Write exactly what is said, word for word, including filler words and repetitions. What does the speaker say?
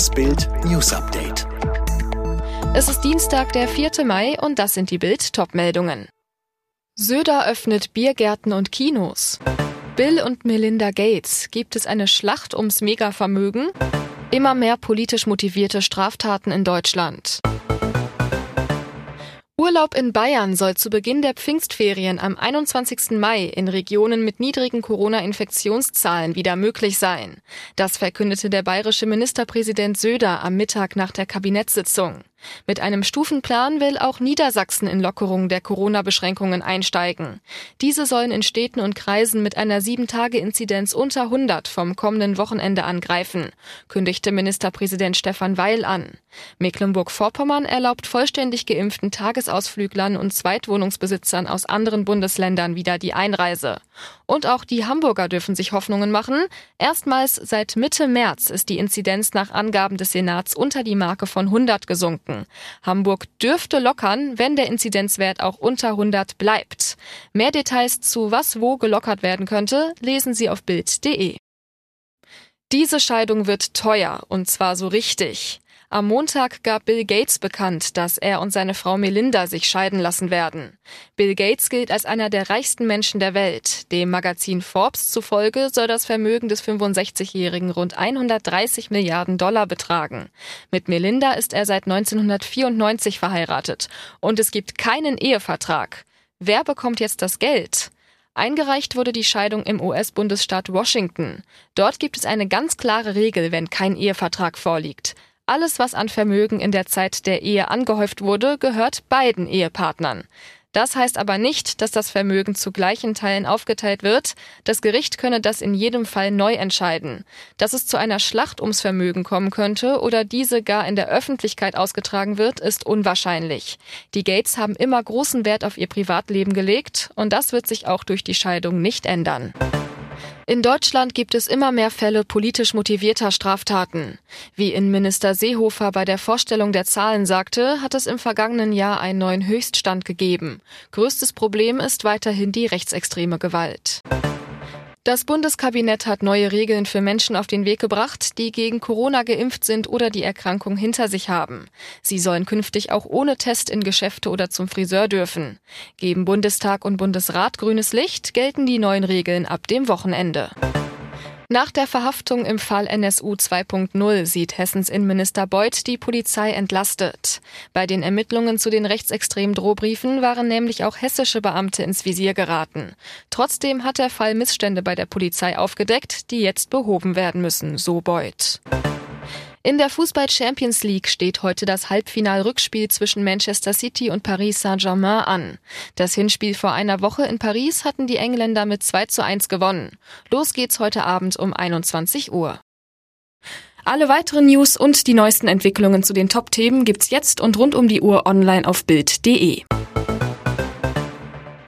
Das Bild News Update. Es ist Dienstag, der vierte Mai, und das sind die Bild-Top-Meldungen. Söder öffnet Biergärten und Kinos. Bill und Melinda Gates. Gibt es eine Schlacht ums Megavermögen? Immer mehr politisch motivierte Straftaten in Deutschland. Urlaub in Bayern soll zu Beginn der Pfingstferien am einundzwanzigsten Mai in Regionen mit niedrigen Corona-Infektionszahlen wieder möglich sein. Das verkündete der bayerische Ministerpräsident Söder am Mittag nach der Kabinettssitzung. Mit einem Stufenplan will auch Niedersachsen in Lockerung der Corona-Beschränkungen einsteigen. Diese sollen in Städten und Kreisen mit einer sieben Tage Inzidenz unter hundert vom kommenden Wochenende angreifen, kündigte Ministerpräsident Stefan Weil an. Mecklenburg-Vorpommern erlaubt vollständig geimpften Tagesausflüglern und Zweitwohnungsbesitzern aus anderen Bundesländern wieder die Einreise. Und auch die Hamburger dürfen sich Hoffnungen machen. Erstmals seit Mitte März ist die Inzidenz nach Angaben des Senats unter die Marke von hundert gesunken. Hamburg dürfte lockern, wenn der Inzidenzwert auch unter hundert bleibt. Mehr Details zu was wo gelockert werden könnte, lesen Sie auf bild punkt de. Diese Scheidung wird teuer, und zwar so richtig. Am Montag gab Bill Gates bekannt, dass er und seine Frau Melinda sich scheiden lassen werden. Bill Gates gilt als einer der reichsten Menschen der Welt. Dem Magazin Forbes zufolge soll das Vermögen des fünfundsechzigjährigen rund hundertdreißig Milliarden Dollar betragen. Mit Melinda ist er seit neunzehnhundertvierundneunzig verheiratet und es gibt keinen Ehevertrag. Wer bekommt jetzt das Geld? Eingereicht wurde die Scheidung im U S-Bundesstaat Washington. Dort gibt es eine ganz klare Regel, wenn kein Ehevertrag vorliegt. Alles, was an Vermögen in der Zeit der Ehe angehäuft wurde, gehört beiden Ehepartnern. Das heißt aber nicht, dass das Vermögen zu gleichen Teilen aufgeteilt wird. Das Gericht könne das in jedem Fall neu entscheiden. Dass es zu einer Schlacht ums Vermögen kommen könnte oder diese gar in der Öffentlichkeit ausgetragen wird, ist unwahrscheinlich. Die Gates haben immer großen Wert auf ihr Privatleben gelegt, und das wird sich auch durch die Scheidung nicht ändern. In Deutschland gibt es immer mehr Fälle politisch motivierter Straftaten. Wie Innenminister Seehofer bei der Vorstellung der Zahlen sagte, hat es im vergangenen Jahr einen neuen Höchststand gegeben. Größtes Problem ist weiterhin die rechtsextreme Gewalt. Das Bundeskabinett hat neue Regeln für Menschen auf den Weg gebracht, die gegen Corona geimpft sind oder die Erkrankung hinter sich haben. Sie sollen künftig auch ohne Test in Geschäfte oder zum Friseur dürfen. Geben Bundestag und Bundesrat grünes Licht, gelten die neuen Regeln ab dem Wochenende. Nach der Verhaftung im Fall N S U zwei Punkt null sieht Hessens Innenminister Beuth die Polizei entlastet. Bei den Ermittlungen zu den rechtsextremen Drohbriefen waren nämlich auch hessische Beamte ins Visier geraten. Trotzdem hat der Fall Missstände bei der Polizei aufgedeckt, die jetzt behoben werden müssen, so Beuth. In der Fußball-Champions League steht heute das Halbfinal-Rückspiel zwischen Manchester City und Paris Saint-Germain an. Das Hinspiel vor einer Woche in Paris hatten die Engländer mit zwei zu eins gewonnen. Los geht's heute Abend um einundzwanzig Uhr. Alle weiteren News und die neuesten Entwicklungen zu den Top-Themen gibt's jetzt und rund um die Uhr online auf bild punkt de.